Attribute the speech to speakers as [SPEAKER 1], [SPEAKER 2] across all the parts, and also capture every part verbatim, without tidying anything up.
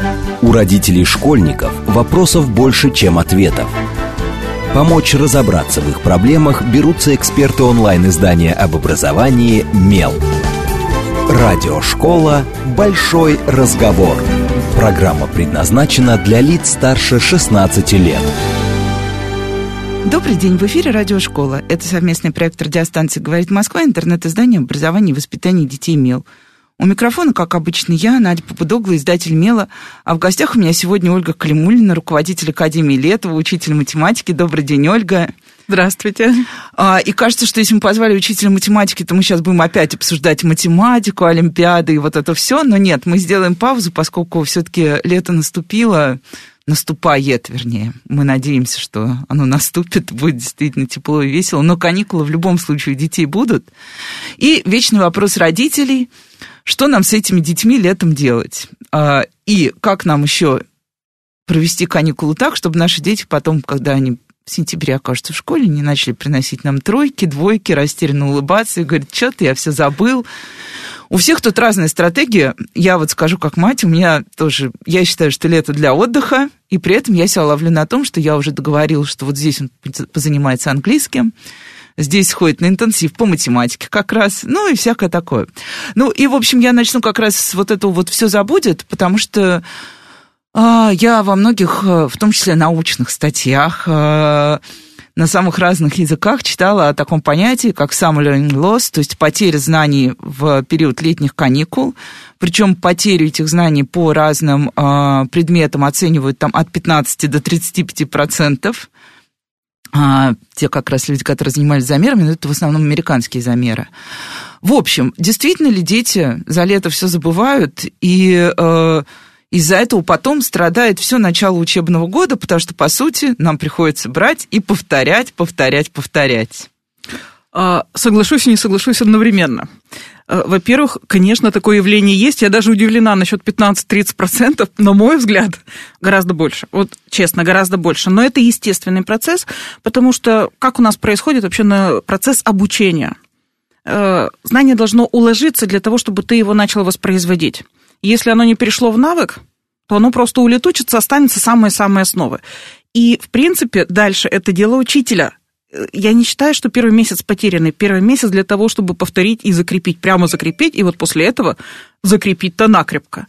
[SPEAKER 1] У родителей школьников вопросов больше, чем ответов. Помочь разобраться в их проблемах берутся эксперты онлайн-издания об образовании «Мел». Радиошкола «Большой разговор». Программа предназначена для лиц старше шестнадцати лет.
[SPEAKER 2] Добрый день, в эфире «Радиошкола». Это совместный проект радиостанции «Говорит Москва», интернет-издание образования и воспитания детей «Мел». У микрофона, как обычно, я, Надя Попудогла, издатель «Мела», а в гостях у меня сегодня Ольга Калимуллина, руководитель Академии Летова, учитель математики. Добрый день, Ольга.
[SPEAKER 3] Здравствуйте.
[SPEAKER 2] А, и кажется, что если мы позвали учителя математики, то мы сейчас будем опять обсуждать математику, олимпиады и вот это все. Но нет, мы сделаем паузу, поскольку все-таки лето наступило, наступает, вернее. Мы надеемся, что оно наступит, будет действительно тепло и весело. Но каникулы в любом случае у детей будут. И вечный вопрос родителей: что нам с этими детьми летом делать? А, и как нам еще провести каникулы так, чтобы наши дети потом, когда они в сентябре окажутся в школе, не начали приносить нам тройки, двойки, растерянно улыбаться и говорить: что-то я все забыл. У всех тут разная стратегия. Я вот скажу как мать, у меня тоже, я считаю, что лето для отдыха, и при этом я себя ловлю на том, что я уже договорилась, что вот здесь он позанимается английским, здесь ходит на интенсив по математике как раз, ну и всякое такое. Ну и, в общем, я начну как раз с вот этого вот «все забудет», потому что а, я во многих, в том числе научных статьях, а, на самых разных языках читала о таком понятии, как summer learning loss, то есть потеря знаний в период летних каникул. Причем потерю этих знаний по разным а, предметам оценивают там от пятнадцати до тридцати пяти процентов. А, те как раз люди, которые занимались замерами, но это в основном американские замеры. В общем, действительно ли дети за лето все забывают, и э, из-за этого потом страдает все начало учебного года, потому что, по сути, нам приходится брать и повторять, повторять, повторять.
[SPEAKER 3] Соглашусь и не соглашусь одновременно. Во-первых, конечно, такое явление есть. Я даже удивлена насчет пятнадцать-тридцать процентов, на мой взгляд, гораздо больше. Вот честно, гораздо больше. Но это естественный процесс, потому что как у нас происходит вообще процесс обучения? Знание должно уложиться для того, чтобы ты его начал воспроизводить. Если оно не перешло в навык, то оно просто улетучится, останется самые-самые основы. И, в принципе, дальше это дело учителя. Я не считаю, что первый месяц потерянный. Первый месяц для того, чтобы повторить и закрепить, прямо закрепить, и вот после этого закрепить-то накрепко.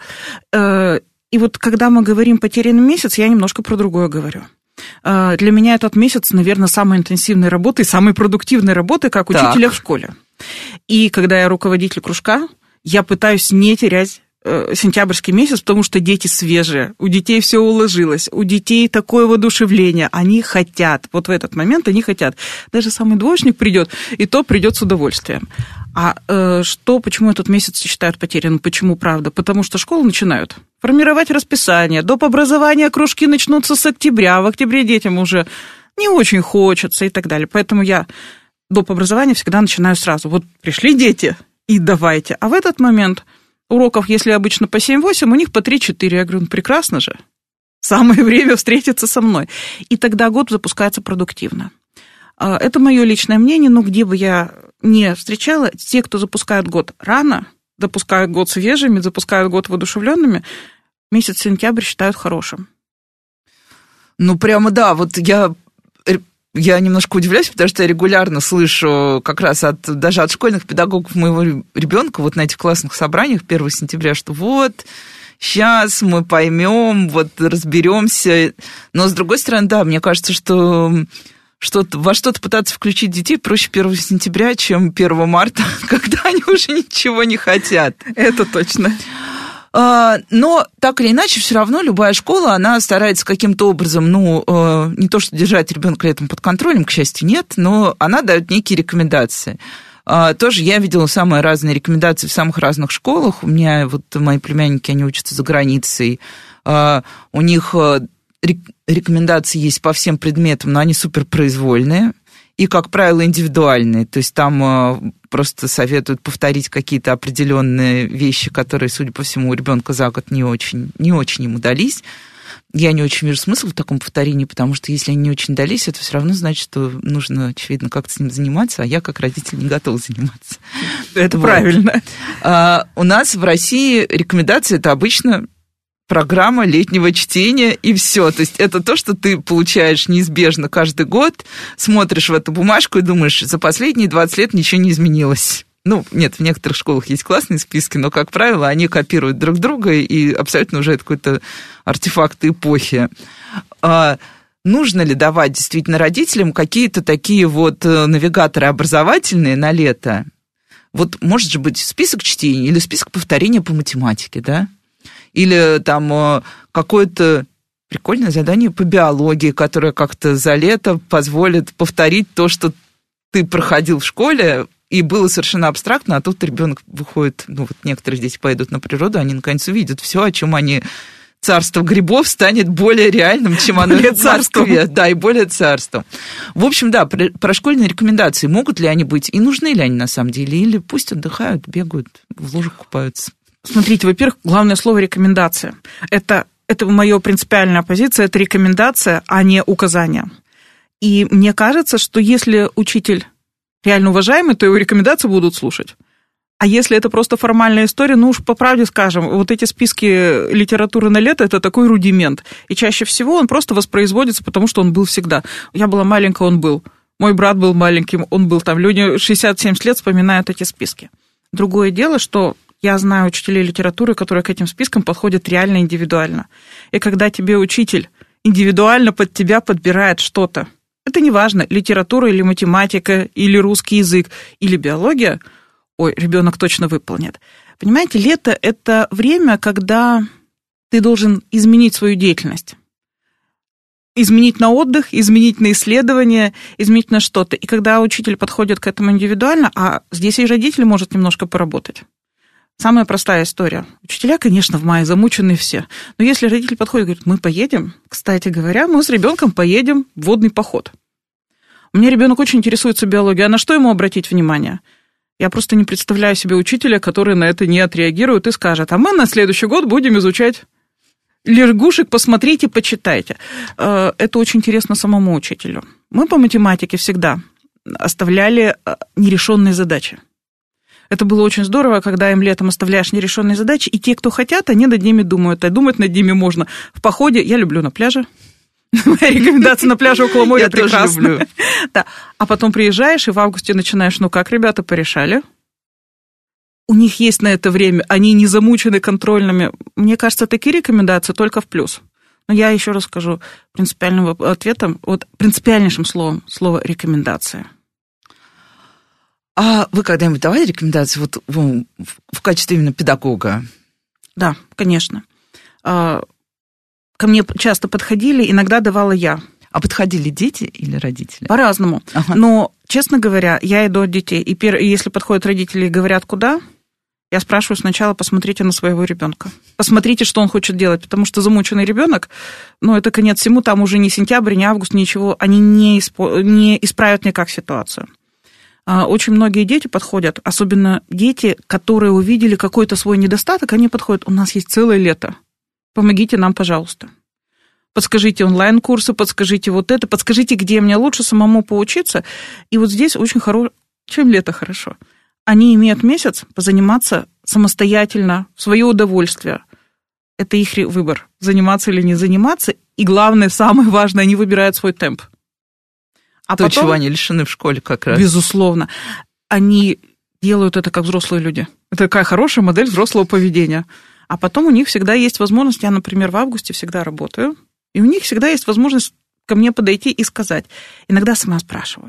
[SPEAKER 3] И вот когда мы говорим «потерянный месяц», я немножко про другое говорю. Для меня этот месяц, наверное, самой интенсивной работы, самой продуктивной работы, как учителя так. в школе. И когда я руководитель кружка, я пытаюсь не терять сентябрьский месяц, потому что дети свежие, у детей все уложилось, у детей такое воодушевление, они хотят, вот в этот момент они хотят. Даже самый двоечник придет, и то придет с удовольствием. А э, что, почему этот месяц считают потерянным? Почему, правда? Потому что школы начинают формировать расписание, доп. Образования кружки начнутся с октября, в октябре детям уже не очень хочется и так далее. Поэтому я доп. Образование всегда начинаю сразу. Вот пришли дети, и давайте. А в этот момент уроков, если обычно по семь-восемь, у них по три-четыре. Я говорю, ну прекрасно же, самое время встретиться со мной. И тогда год запускается продуктивно. Это мое личное мнение, но где бы я не встречала, те, кто запускают год рано, запускают год свежими, запускают год воодушевленными, месяц сентябрь считают хорошим.
[SPEAKER 2] Ну прямо да, вот я... Я немножко удивляюсь, потому что я регулярно слышу как раз от, даже от школьных педагогов моего ребенка вот на этих классных собраниях первого сентября, что вот, сейчас мы поймем, вот разберемся. Но, с другой стороны, да, мне кажется, что что-то, во что-то пытаться включить детей проще первого сентября, чем первого марта, когда они уже ничего не хотят.
[SPEAKER 3] Это точно.
[SPEAKER 2] Но так или иначе, все равно любая школа, она старается каким-то образом, ну, не то что держать ребенка летом под контролем, к счастью, нет, но она дает некие рекомендации. Тоже я видела самые разные рекомендации в самых разных школах. У меня вот мои племянники, они учатся за границей, у них рекомендации есть по всем предметам, но они суперпроизвольные. И, как правило, индивидуальные. То есть там просто советуют повторить какие-то определенные вещи, которые, судя по всему, у ребенка за год не очень, не очень ему дались. Я не очень вижу смысла в таком повторении, потому что если они не очень дались, это все равно значит, что нужно, очевидно, как-то с ним заниматься, а я, как родитель, не готова заниматься.
[SPEAKER 3] Это вот. Правильно.
[SPEAKER 2] А, у нас в России рекомендации – это обычно программа летнего чтения, и все. То есть это то, что ты получаешь неизбежно каждый год, смотришь в эту бумажку и думаешь, за последние двадцать лет ничего не изменилось. Ну, нет, в некоторых школах есть классные списки, но, как правило, они копируют друг друга, и абсолютно уже это какой-то артефакт эпохи. А нужно ли давать действительно родителям какие-то такие вот навигаторы образовательные на лето? Вот может же быть список чтений или список повторения по математике, да? Или там какое-то прикольное задание по биологии, которое как-то за лето позволит повторить то, что ты проходил в школе, и было совершенно абстрактно, а тут ребенок выходит, ну вот некоторые дети пойдут на природу, они наконец увидят все, о чем они... Царство грибов станет более реальным, чем оно в Москве. Да, и более царством. В общем, да, про, про школьные рекомендации, могут ли они быть, и нужны ли они на самом деле, или пусть отдыхают, бегают, в лужах купаются.
[SPEAKER 3] Смотрите, во-первых, главное слово «рекомендация». Это, это моя принципиальная позиция, это рекомендация, а не указание. И мне кажется, что если учитель реально уважаемый, то его рекомендации будут слушать. А если это просто формальная история, ну уж по правде скажем, вот эти списки литературы на лето – это такой рудимент. И чаще всего он просто воспроизводится, потому что он был всегда. Я была маленькая, он был. Мой брат был маленьким, он был там. Люди шестьдесят-семьдесят лет вспоминают эти списки. Другое дело, что я знаю учителей литературы, которые к этим спискам подходят реально индивидуально. И когда тебе учитель индивидуально под тебя подбирает что-то, это неважно, литература или математика, или русский язык, или биология – ой, ребенок точно выполнит. Понимаете, лето – это время, когда ты должен изменить свою деятельность. Изменить на отдых, изменить на исследование, изменить на что-то. И когда учитель подходит к этому индивидуально, а здесь и родитель может немножко поработать. Самая простая история. Учителя, конечно, в мае замучены все. Но если родитель подходит и говорит, мы поедем, кстати говоря, мы с ребенком поедем в водный поход. У меня ребенок очень интересуется биологией. А на что ему обратить внимание? Я просто не представляю себе учителя, который на это не отреагирует и скажет, а мы на следующий год будем изучать лягушек, посмотрите, почитайте. Это очень интересно самому учителю. Мы по математике всегда оставляли нерешенные задачи. Это было очень здорово, когда им летом оставляешь нерешенные задачи, и те, кто хотят, они над ними думают. А думать над ними можно в походе. Я люблю на пляже. Моя рекомендация на пляже около моря прекрасна. Да. А потом приезжаешь и в августе начинаешь, ну как, ребята, порешали? У них есть на это время, они не замучены контрольными. Мне кажется, такие рекомендации только в плюс. Но я еще раз скажу принципиальным ответом, вот принципиальнейшим словом, слово «рекомендация».
[SPEAKER 2] А вы когда-нибудь давали рекомендации вот в, в качестве именно педагога?
[SPEAKER 3] Да, конечно. Ко мне часто подходили, иногда давала я.
[SPEAKER 2] А подходили дети или родители?
[SPEAKER 3] По-разному. Ага. Но, честно говоря, я иду от детей. И пер... если подходят родители и говорят, куда, я спрашиваю сначала, посмотрите на своего ребенка. Посмотрите, что он хочет делать. Потому что замученный ребенок, ну, это конец всему, там уже ни сентябрь, ни август, ничего, они не, исп... не исправят никак ситуацию. Очень многие дети подходят, особенно дети, которые увидели какой-то свой недостаток, они подходят, у нас есть целое лето. Помогите нам, пожалуйста. Подскажите онлайн-курсы, подскажите вот это, подскажите, где мне лучше самому поучиться. И вот здесь очень хорошо, чем лето хорошо. Они имеют месяц позаниматься самостоятельно, в свое удовольствие. Это их выбор, заниматься или не заниматься. И главное, самое важное, они выбирают свой темп.
[SPEAKER 2] А то, потом, чего они лишены в школе как раз.
[SPEAKER 3] Безусловно. Они делают это как взрослые люди. Это такая хорошая модель взрослого поведения. А потом у них всегда есть возможность, я, например, в августе всегда работаю, и у них всегда есть возможность ко мне подойти и сказать. Иногда сама спрашиваю.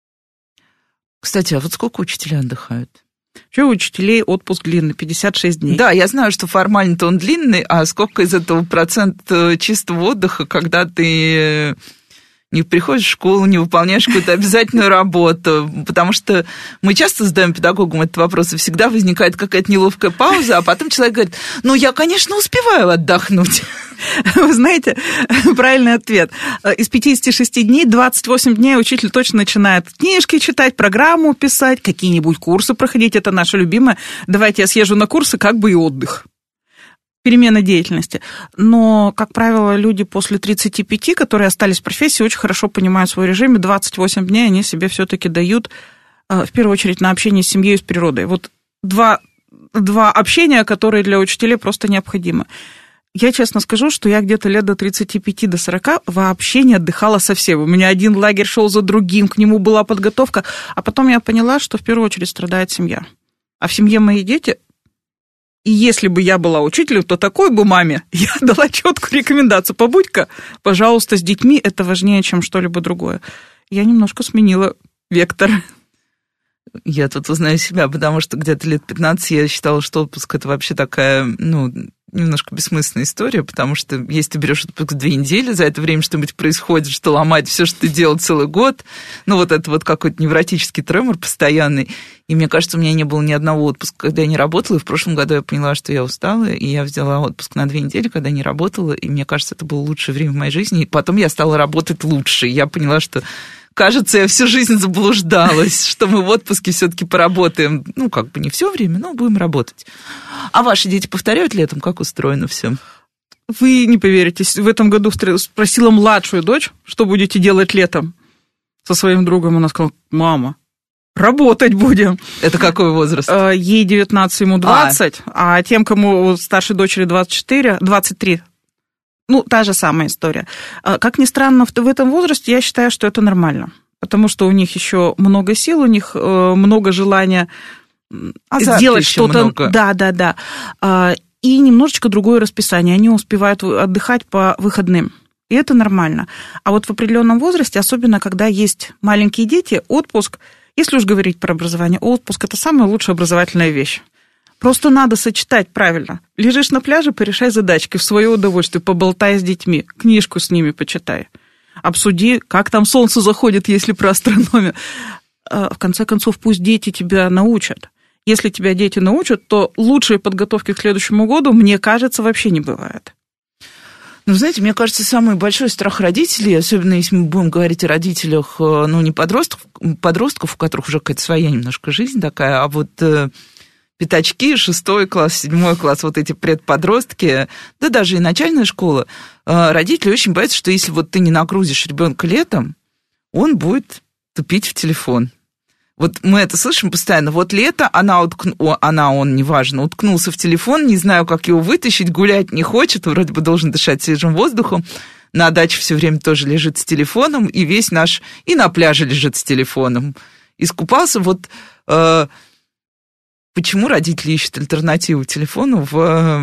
[SPEAKER 2] Кстати, а вот сколько учителя отдыхают?
[SPEAKER 3] Вообще у учителей отпуск длинный, пятьдесят шесть дней.
[SPEAKER 2] Да, я знаю, что формально-то он длинный, а сколько из этого процент чистого отдыха, когда ты не приходишь в школу, не выполняешь какую-то обязательную работу, потому что мы часто задаем педагогам этот вопрос, и всегда возникает какая-то неловкая пауза, а потом человек говорит, ну, я, конечно, успеваю отдохнуть.
[SPEAKER 3] Вы знаете, правильный ответ. Из пятидесяти шести дней двадцать восемь дней учитель точно начинает книжки читать, программу писать, какие-нибудь курсы проходить, это наше любимое. Давайте я съезжу на курсы, как бы и отдых. Перемена деятельности. Но, как правило, люди после тридцати пяти, которые остались в профессии, очень хорошо понимают свой режим, и двадцать восемь дней они себе все-таки дают, в первую очередь, на общение с семьей и с природой. Вот два, два общения, которые для учителей просто необходимы. Я честно скажу, что я где-то лет до тридцати пяти до сорока вообще не отдыхала совсем. У меня один лагерь шел за другим, к нему была подготовка. А потом я поняла, что в первую очередь страдает семья. А в семье мои дети... И если бы я была учителем, то такой бы маме я дала четкую рекомендацию. Побудь-ка, пожалуйста, с детьми, это важнее, чем что-либо другое. Я немножко сменила вектор.
[SPEAKER 2] Я тут узнаю себя, потому что где-то лет пятнадцать я считала, что отпуск – это вообще такая, ну, немножко бессмысленная история, потому что если ты берешь отпуск две недели, за это время что-нибудь происходит, что ломать все, что ты делал целый год, ну, вот это вот какой-то невротический тремор постоянный. И мне кажется, у меня не было ни одного отпуска, когда я не работала, и в прошлом году я поняла, что я устала, и я взяла отпуск на две недели, когда не работала, и мне кажется, это было лучшее время в моей жизни, и потом я стала работать лучше, и я поняла, что... Кажется, я всю жизнь заблуждалась, что мы в отпуске все-таки поработаем. Ну, как бы не все время, но будем работать. А ваши дети повторяют летом, как устроено все?
[SPEAKER 3] Вы не поверите, в этом году спросила младшую дочь, что будете делать летом со своим другом. Она сказала: мама, работать будем.
[SPEAKER 2] Это какой возраст?
[SPEAKER 3] Ей девятнадцать, ему двадцать, а, а тем, кому старшей дочери двадцать четыре, двадцать три, ну, та же самая история. Как ни странно, в этом возрасте я считаю, что это нормально, потому что у них еще много сил, у них много желания
[SPEAKER 2] Азарта
[SPEAKER 3] сделать что-то.
[SPEAKER 2] Много.
[SPEAKER 3] Да, да, да. И немножечко другое расписание. Они успевают отдыхать по выходным. И это нормально. А вот в определенном возрасте, особенно когда есть маленькие дети, отпуск, если уж говорить про образование, отпуск – это самая лучшая образовательная вещь. Просто надо сочетать правильно. Лежишь на пляже, порешай задачки в свое удовольствие, поболтай с детьми, книжку с ними почитай, обсуди, как там солнце заходит, если про астрономию. В конце концов, пусть дети тебя научат. Если тебя дети научат, то лучшей подготовки к следующему году, мне кажется, вообще не бывает.
[SPEAKER 2] Ну, знаете, мне кажется, самый большой страх родителей, особенно если мы будем говорить о родителях, ну, не подростков, подростков, у которых уже какая-то своя немножко жизнь такая, а вот... пятачки, шестой класс, седьмой класс, вот эти предподростки, да даже и начальная школа, родители очень боятся, что если вот ты не нагрузишь ребенка летом, он будет тупить в телефон. Вот мы это слышим постоянно. Вот лето, она, уткну... она он, неважно, уткнулся в телефон, не знаю, как его вытащить, гулять не хочет, вроде бы должен дышать свежим воздухом, на даче все время тоже лежит с телефоном, и весь наш, и на пляже лежит с телефоном. Искупался, вот... Э... Почему родители ищут альтернативу телефону в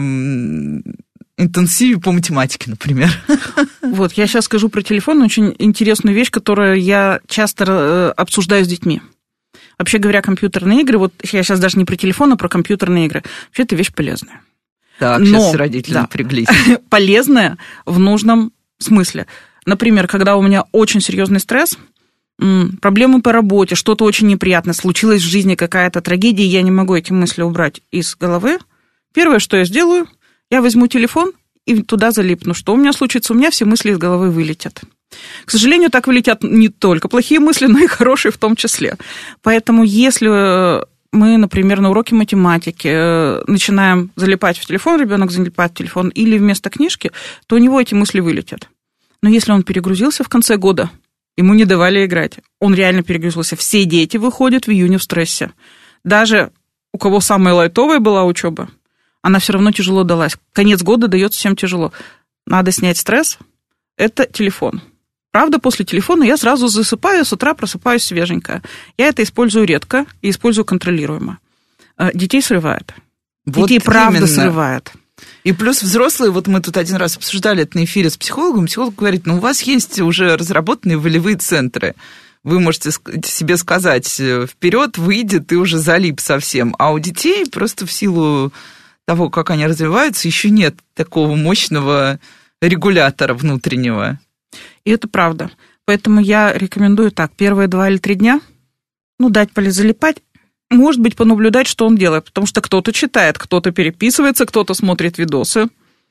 [SPEAKER 2] э, интенсиве по математике, например?
[SPEAKER 3] Вот, я сейчас скажу про телефон, очень интересную вещь, которую я часто обсуждаю с детьми. Вообще говоря, компьютерные игры, вот я сейчас даже не про телефон, а про компьютерные игры, вообще это вещь полезная.
[SPEAKER 2] Так, Но, сейчас родители да, напряглись.
[SPEAKER 3] Полезная в нужном смысле. Например, когда у меня очень серьезный стресс, проблемы по работе, что-то очень неприятное, случилась в жизни какая-то трагедия, и я не могу эти мысли убрать из головы. Первое, что я сделаю, я возьму телефон и туда залипну. Что у меня случится? У меня все мысли из головы вылетят. К сожалению, так вылетят не только плохие мысли, но и хорошие в том числе. Поэтому если мы, например, на уроке математики начинаем залипать в телефон, ребенок залипает в телефон, или вместо книжки, то у него эти мысли вылетят. Но если он перегрузился в конце года, ему не давали играть. Он реально перегрузился. Все дети выходят в июне в стрессе. Даже у кого самая лайтовая была учеба, она все равно тяжело далась. Конец года дается всем тяжело. Надо снять стресс. Это телефон. Правда, после телефона я сразу засыпаю, с утра просыпаюсь свеженькая. Я это использую редко и использую контролируемо. Детей срывает.
[SPEAKER 2] Вот
[SPEAKER 3] Детей правда
[SPEAKER 2] именно.
[SPEAKER 3] срывает.
[SPEAKER 2] И плюс взрослые, вот мы тут один раз обсуждали это на эфире с психологом, психолог говорит, ну, у вас есть уже разработанные волевые центры. Вы можете себе сказать, вперед, выйди, ты уже залип совсем. А у детей просто в силу того, как они развиваются, еще нет такого мощного регулятора внутреннего.
[SPEAKER 3] И это правда. Поэтому я рекомендую так, первые два или три дня, ну, дать полезалипать, может быть, понаблюдать, что он делает, потому что кто-то читает, кто-то переписывается, кто-то смотрит видосы,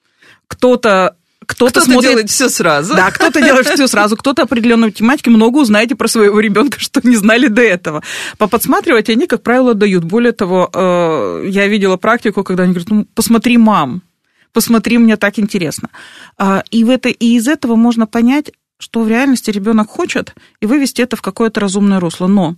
[SPEAKER 3] кто-то... Кто-то,
[SPEAKER 2] кто-то
[SPEAKER 3] смотрит...
[SPEAKER 2] делает все сразу.
[SPEAKER 3] Да, кто-то делает все сразу, кто-то определенную тематику, много узнаете про своего ребенка, что не знали до этого. Поподсматривать они, как правило, дают. Более того, я видела практику, когда они говорят, ну, посмотри, мам, посмотри, мне так интересно. И, в это, и из этого можно понять, что в реальности ребенок хочет, и вывести это в какое-то разумное русло. Но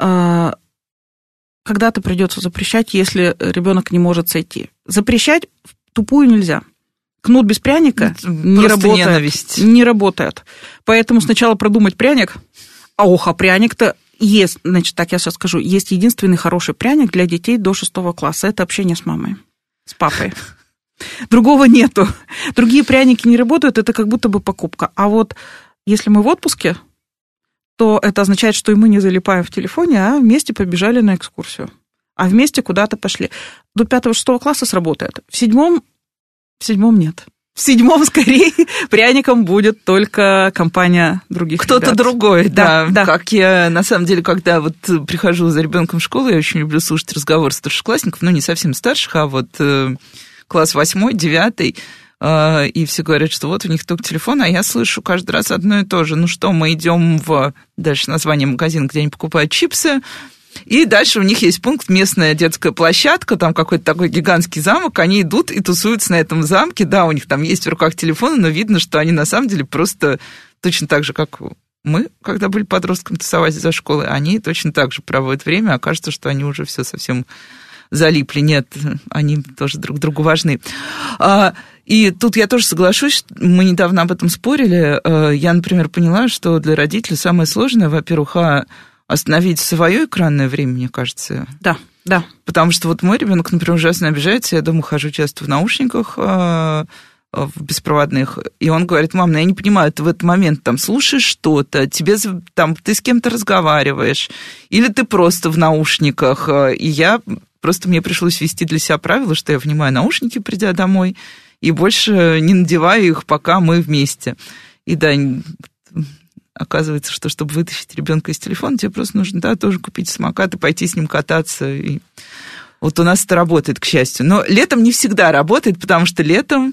[SPEAKER 3] когда-то придется запрещать, если ребенок не может сойти. Запрещать в тупую нельзя. Кнут без пряника не работает,
[SPEAKER 2] ненависть.
[SPEAKER 3] не работает. Поэтому сначала продумать пряник, а ох, а пряник-то есть, значит, так я сейчас скажу, есть единственный хороший пряник для детей до шестого класса, это общение с мамой, с папой. Другого нету. Другие пряники не работают, это как будто бы покупка. А вот если мы в отпуске, то это означает, что и мы не залипаем в телефоне, а вместе побежали на экскурсию. А вместе куда-то пошли. До пятого-шестого класса сработает. В седьмом, в седьмом нет. В седьмом, скорее, пряником будет только компания других
[SPEAKER 2] Кто-то
[SPEAKER 3] ребят.
[SPEAKER 2] другой, да,
[SPEAKER 3] да, да.
[SPEAKER 2] Как я, на самом деле, когда вот прихожу за ребенком в школу, я очень люблю слушать разговоры старшеклассников, ну, не совсем старших, а вот э, класс восьмой, девятый, э, и все говорят, что вот у них только телефон, а я слышу каждый раз одно и то же. Ну что, мы идем в, дальше название магазина, где они покупают чипсы, и дальше у них есть пункт местная детская площадка, там какой-то такой гигантский замок, они идут и тусуются на этом замке, да, у них там есть в руках телефоны, но видно, что они на самом деле просто точно так же, как мы, когда были подростками, тусовались за школой, они точно так же проводят время, а кажется, что они уже все совсем залипли. Нет, они тоже друг другу важны. И тут я тоже соглашусь, мы недавно об этом спорили, я, например, поняла, что для родителей самое сложное, во-первых, а остановить свое экранное время, мне кажется.
[SPEAKER 3] Да, да.
[SPEAKER 2] Потому что вот мой ребенок, например, ужасно обижается, я дома хожу часто в наушниках, в беспроводных, и он говорит: мам, ну я не понимаю, ты в этот момент там слушаешь что-то, тебе там, ты с кем-то разговариваешь, или ты просто в наушниках, и я просто, мне пришлось ввести для себя правило, что я внимаю наушники, придя домой, и больше не надеваю их, пока мы вместе. И да, оказывается, что чтобы вытащить ребенка из телефона, тебе просто нужно, да, тоже купить самокат и пойти с ним кататься. И вот у нас это работает, к счастью. Но летом не всегда работает, потому что летом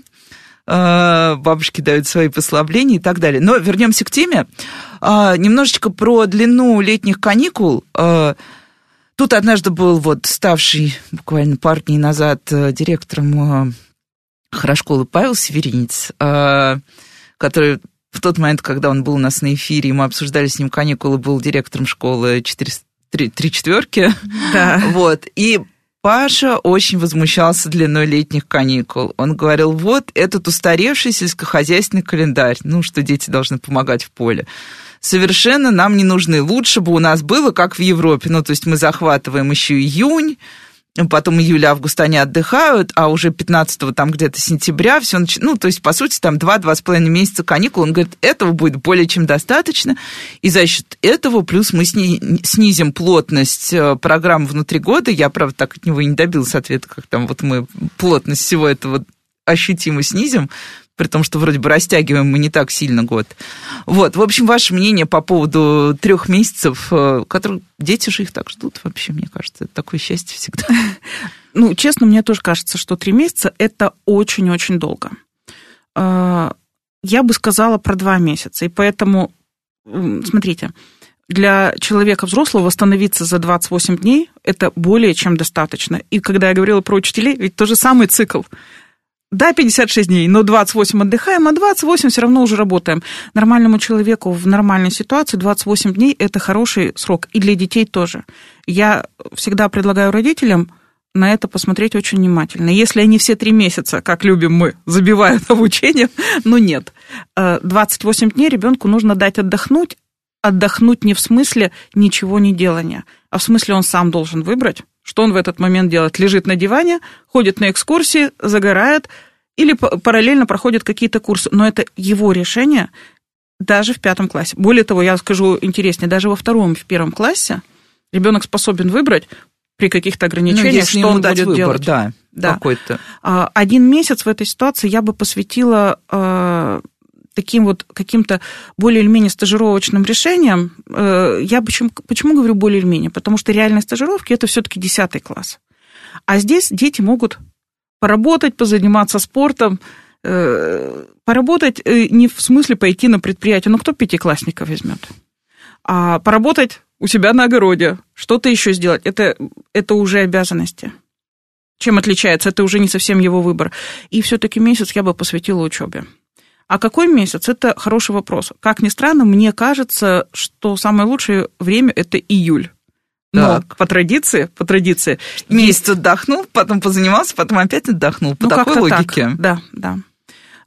[SPEAKER 2] э, бабушки дают свои послабления и так далее. Но вернемся к теме. Э, немножечко про длину летних каникул. Э, тут однажды был вот ставший буквально пару дней назад директором э, хорошколы Павел Северинец, э, который... В тот момент, когда он был у нас на эфире, и мы обсуждали с ним каникулы, был директором школы четыре, три, три четверки.
[SPEAKER 3] Да.
[SPEAKER 2] Вот. И Паша очень возмущался длиной летних каникул. Он говорил: вот этот устаревший сельскохозяйственный календарь, ну, что дети должны помогать в поле, совершенно нам не нужны. Лучше бы у нас было, как в Европе. Ну, то есть мы захватываем еще июнь, потом июль-август они отдыхают, а уже пятнадцатого, там где-то сентября, все нач... ну, то есть, по сути, там два-два с половиной месяца каникул. Он говорит, этого будет более чем достаточно, и за счет этого плюс мы сни... снизим плотность программ внутри года. Я, правда, так от него и не добилась ответа, как там вот мы плотность всего этого ощутимо снизим, при том, что вроде бы растягиваем мы не так сильно год. Вот, в общем, ваше мнение по поводу трех месяцев, которые дети же их так ждут вообще, мне кажется, это такое счастье всегда.
[SPEAKER 3] Ну, честно, мне тоже кажется, что три месяца – это очень-очень долго. Я бы сказала про два месяца, и поэтому, смотрите, для человека взрослого восстановиться за двадцать восемь дней – это более чем достаточно. И когда я говорила про учителей, ведь тот же самый цикл. Да, пятьдесят шесть дней, но двадцать восемь отдыхаем, а двадцать восемь все равно уже работаем. Нормальному человеку в нормальной ситуации двадцать восемь дней – это хороший срок, и для детей тоже. Я всегда предлагаю родителям на это посмотреть очень внимательно. Если они все три месяца, как любим мы, забивают обучением, ну нет. двадцать восемь дней ребенку нужно дать отдохнуть, отдохнуть не в смысле ничего не делания, а в смысле он сам должен выбрать, что он в этот момент делает. Лежит на диване, ходит на экскурсии, загорает или параллельно проходит какие-то курсы. Но это его решение даже в пятом классе. Более того, я скажу интереснее, даже во втором и в первом классе ребенок способен выбрать при каких-то ограничениях,
[SPEAKER 2] ну,
[SPEAKER 3] что он будет
[SPEAKER 2] выбор,
[SPEAKER 3] делать.
[SPEAKER 2] Да,
[SPEAKER 3] да.
[SPEAKER 2] Какой-то.
[SPEAKER 3] Один месяц в этой ситуации я бы посвятила таким вот каким-то более или менее стажировочным решением. Я почему, почему говорю более или менее? Потому что реальные стажировки – это все-таки десятый класс. А здесь дети могут поработать, позаниматься спортом, поработать не в смысле пойти на предприятие, ну кто пятиклассника возьмет, а поработать у себя на огороде, что-то еще сделать. Это, это уже обязанности. Чем отличается? Это уже не совсем его выбор. И все-таки месяц я бы посвятила учебе. А какой месяц? Это хороший вопрос. Как ни странно, мне кажется, что самое лучшее время – это июль. Но так. по традиции, по традиции...
[SPEAKER 2] Месяц отдохнул, потом позанимался, потом опять отдохнул. По ну, такой логике.
[SPEAKER 3] Так. Да, да.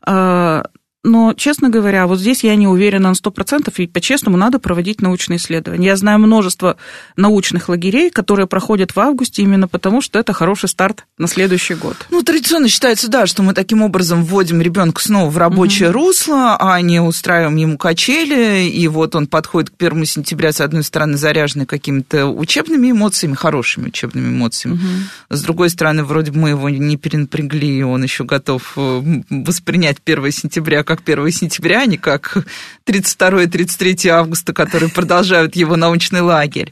[SPEAKER 3] Но, честно говоря, вот здесь я не уверена на сто процентов, и по-честному надо проводить научные исследования. Я знаю множество научных лагерей, которые проходят в августе именно потому, что это хороший старт на следующий год.
[SPEAKER 2] Ну, традиционно считается, да, что мы таким образом вводим ребенка снова в рабочее угу. русло, а не устраиваем ему качели, и вот он подходит к первому сентября, с одной стороны, заряженный какими-то учебными эмоциями, хорошими учебными эмоциями, угу. с другой стороны, вроде бы мы его не перенапрягли, и он еще готов воспринять первое сентября как первое сентября, а не как тридцать второе и тридцать третье августа, которые продолжают его научный лагерь.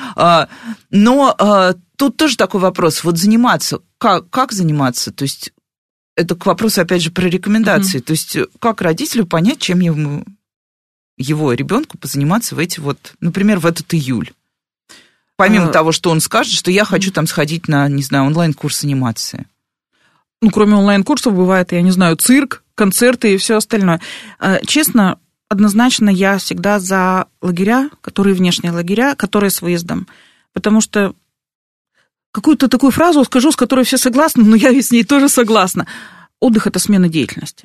[SPEAKER 2] Но тут тоже такой вопрос. Вот заниматься, как, как заниматься? То есть это к вопросу, опять же, про рекомендации. Mm-hmm. То есть как родителю понять, чем ему, его ребенку позаниматься в эти вот, например, в этот июль? Помимо а... того, что он скажет, что я хочу там сходить на, не знаю, онлайн-курс анимации.
[SPEAKER 3] Ну, кроме онлайн-курсов, бывает, я не знаю, цирк, концерты и все остальное. Честно, однозначно я всегда за лагеря, которые внешние лагеря, которые с выездом. Потому что какую-то такую фразу скажу, с которой все согласны, но я с ней тоже согласна. Отдых – это смена деятельности.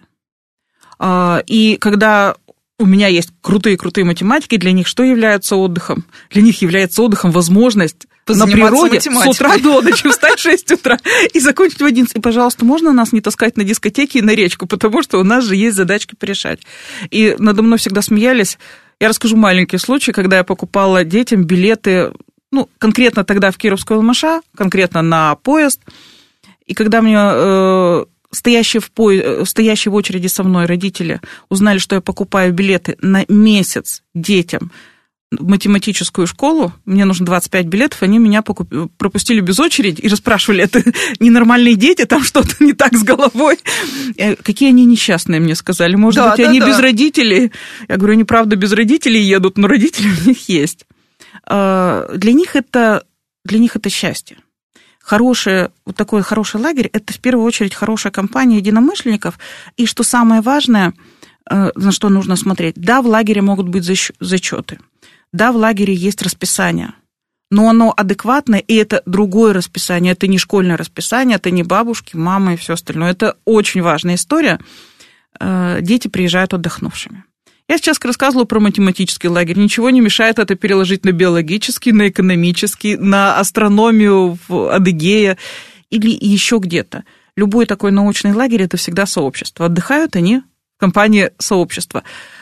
[SPEAKER 3] И когда у меня есть крутые-крутые математики, для них что является отдыхом? Для них является отдыхом возможность на природе с утра до ночи встать в шесть утра и закончить в одиннадцать. И, пожалуйста, можно нас не таскать на дискотеки и на речку, потому что у нас же есть задачки порешать. И надо мной всегда смеялись. Я расскажу маленький случай, когда я покупала детям билеты, ну, конкретно тогда в Кировскую ЛМШ, конкретно на поезд. И когда мне э, стоящие, в по... стоящие в очереди со мной родители узнали, что я покупаю билеты на месяц детям в математическую школу, мне нужно двадцать пять билетов, они меня покуп... пропустили без очереди и расспрашивали, это ненормальные дети, там что-то не так с головой. Какие они несчастные, мне сказали. Может да, быть, да, они да. без родителей. Я говорю, они, правда, без родителей едут, но родители у них есть. Для них это, для них это счастье. Хороший, вот такой хороший лагерь, это в первую очередь хорошая компания единомышленников. И что самое важное, на что нужно смотреть, да, в лагере могут быть зачеты. Да, в лагере есть расписание, но оно адекватное, и это другое расписание, это не школьное расписание, это не бабушки, мамы и все остальное. Это очень важная история. Дети приезжают отдохнувшими. Я сейчас рассказывала про математический лагерь. Ничего не мешает это переложить на биологический, на экономический, на астрономию в Адыгее или еще где-то. Любой такой научный лагерь – это всегда сообщество. Отдыхают они в компании сообщества.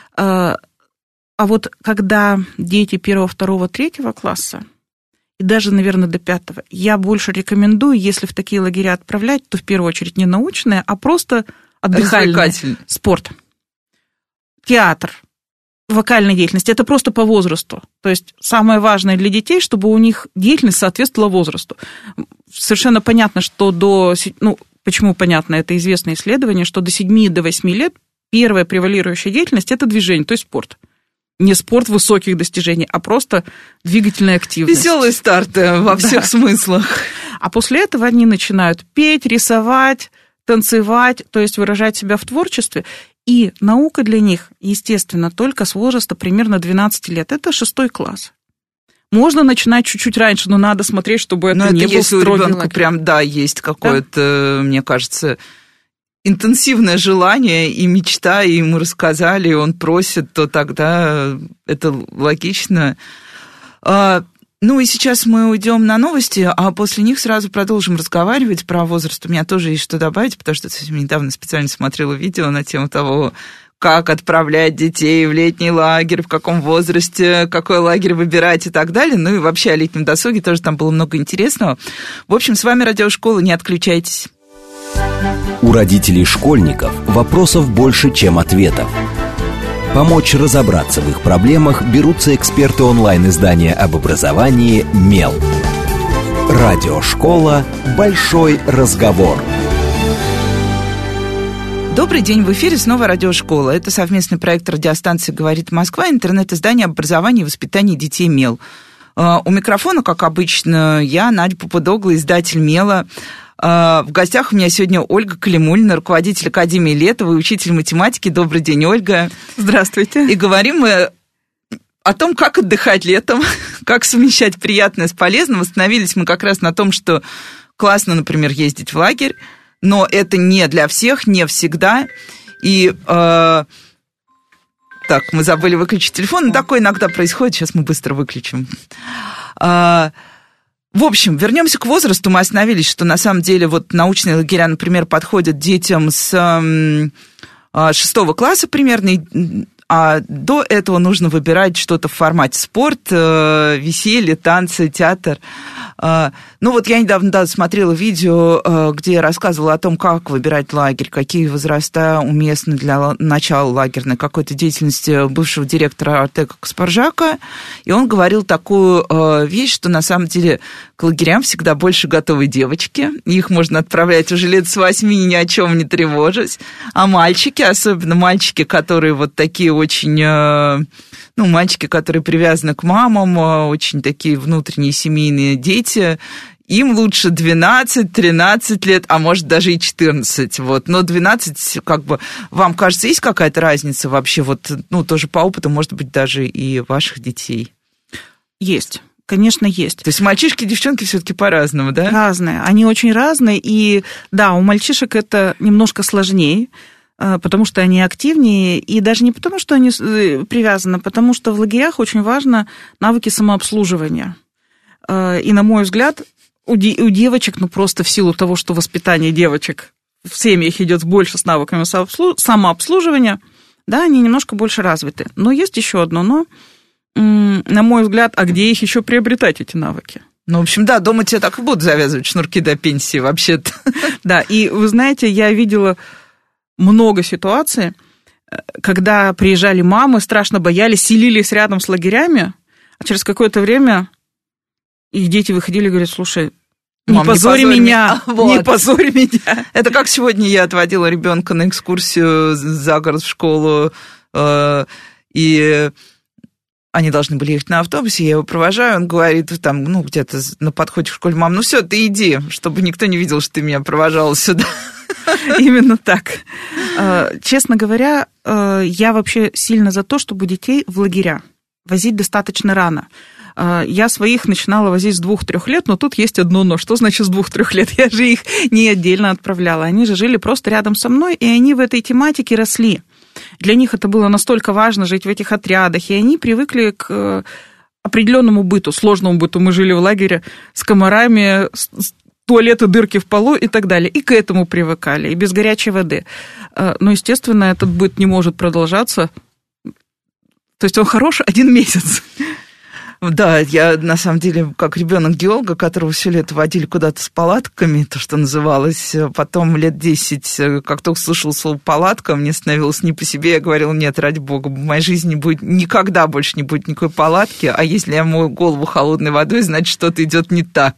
[SPEAKER 3] А вот когда дети первого, второго, третьего класса, и даже, наверное, до пятого, я больше рекомендую, если в такие лагеря отправлять, то в первую очередь не научные, а просто отдыхательный спорт, театр, вокальная деятельность. Это просто по возрасту. То есть самое важное для детей, чтобы у них деятельность соответствовала возрасту. Совершенно понятно, что до... Ну, почему понятно? Это известное исследование, что до семи до восьми лет первая превалирующая деятельность – это движение, то есть спорт. Не спорт высоких достижений, а просто двигательная активность.
[SPEAKER 2] Веселые старты во всех да. смыслах.
[SPEAKER 3] А после этого они начинают петь, рисовать, танцевать, то есть выражать себя в творчестве. И наука для них, естественно, только с возраста примерно двенадцати лет. Это шестой класс. Можно начинать чуть-чуть раньше, но надо смотреть, чтобы это но не это был строгий лагерь. Если у ребенка прям,
[SPEAKER 2] да, есть какое-то, да? мне кажется... интенсивное желание и мечта, и ему рассказали, и он просит, то тогда это логично. Ну и сейчас мы уйдем на новости, а после них сразу продолжим разговаривать про возраст. У меня тоже есть что добавить, потому что совсем недавно специально смотрела видео на тему того, как отправлять детей в летний лагерь, в каком возрасте, какой лагерь выбирать и так далее. Ну и вообще о летнем досуге тоже там было много интересного. В общем, с вами Радиошкола, не отключайтесь.
[SPEAKER 1] У родителей школьников вопросов больше, чем ответов. Помочь разобраться в их проблемах берутся эксперты онлайн-издания об образовании «Мел». Радиошкола «Большой разговор».
[SPEAKER 2] Добрый день, в эфире снова Радиошкола. Это совместный проект радиостанции «Говорит Москва», интернет-издание об образовании и воспитании детей «Мел». У микрофона, как обычно, я, Надя Попудогла, издатель «Мела». В гостях у меня сегодня Ольга Калимуллина, руководитель Академии Летова и учитель математики. Добрый день, Ольга.
[SPEAKER 3] Здравствуйте.
[SPEAKER 2] И говорим мы о том, как отдыхать летом, как совмещать приятное с полезным. Остановились мы как раз на том, что классно, например, ездить в лагерь, но это не для всех, не всегда. И... Э, так, мы забыли выключить телефон. Ну, такое иногда происходит. Сейчас мы быстро выключим. Э, в общем, вернемся к возрасту. Мы остановились, что на самом деле вот научные лагеря, например, подходят детям с э, шестого класса примерно. А до этого нужно выбирать что-то в формате спорт, э, веселье, танцы, театр. Э, ну вот я недавно да, смотрела видео, э, где я рассказывала о том, как выбирать лагерь, какие возраста уместны для начала лагерной какой-то деятельности бывшего директора Артека Каспаржака. И он говорил такую э, вещь, что на самом деле к лагерям всегда больше готовы девочки. Их можно отправлять уже лет с восьми, ни о чем не тревожась. А мальчики, особенно мальчики, которые вот такие очень, ну, мальчики, которые привязаны к мамам, очень такие внутренние семейные дети, им лучше двенадцать-тринадцать лет, а может даже и четырнадцать, вот, но двенадцать, как бы, вам кажется, есть какая-то разница вообще, вот, ну, тоже по опыту, может быть, даже и ваших детей?
[SPEAKER 3] Есть. Конечно, есть.
[SPEAKER 2] То есть мальчишки и девчонки все-таки по-разному, да?
[SPEAKER 3] Разные. Они очень разные, и да, у мальчишек это немножко сложнее, потому что они активнее, и даже не потому, что они привязаны, потому что в лагерях очень важно навыки самообслуживания. И, на мой взгляд, у девочек, ну, просто в силу того, что воспитание девочек в семьях идет больше с навыками самообслуживания, да, они немножко больше развиты. Но есть еще одно но, на мой взгляд, а где их еще приобретать, эти навыки?
[SPEAKER 2] Ну, в общем, да, дома тебе так и будут завязывать шнурки до пенсии, вообще-то.
[SPEAKER 3] Да, и вы знаете, я видела много ситуаций, когда приезжали мамы, страшно боялись, селились рядом с лагерями, а через какое-то время их дети выходили и говорят: слушай, не
[SPEAKER 2] Мам,
[SPEAKER 3] позори
[SPEAKER 2] не позорь
[SPEAKER 3] меня,
[SPEAKER 2] меня. Вот.
[SPEAKER 3] не позори меня.
[SPEAKER 2] Это как сегодня я отводила ребенка на экскурсию за город в школу, и они должны были ехать на автобусе, я его провожаю, он говорит, там, ну, где-то на подходе к школе: мам, ну все, ты иди, чтобы никто не видел, что ты меня провожала сюда.
[SPEAKER 3] Именно так. Честно говоря, я вообще сильно за то, чтобы детей в лагеря возить достаточно рано. Я своих начинала возить с двух-трех лет, но тут есть одно но. Что значит с двух-трех лет? Я же их не отдельно отправляла. Они же жили просто рядом со мной, и они в этой тематике росли. Для них это было настолько важно жить в этих отрядах, и они привыкли к определенному быту, сложному быту. Мы жили в лагере с комарами, с туалеты, дырки в полу и так далее. И к этому привыкали, и без горячей воды. Но, естественно, этот быт не может продолжаться. То есть он хорош один месяц.
[SPEAKER 2] Да, я на самом деле, как ребенок геолога, которого все лето водили куда-то с палатками, то, что называлось, потом лет десять, как только слышал слово «палатка», мне становилось не по себе, я говорила: нет, ради бога, в моей жизни будет никогда больше не будет никакой палатки, а если я мою голову холодной водой, значит, что-то идет не так.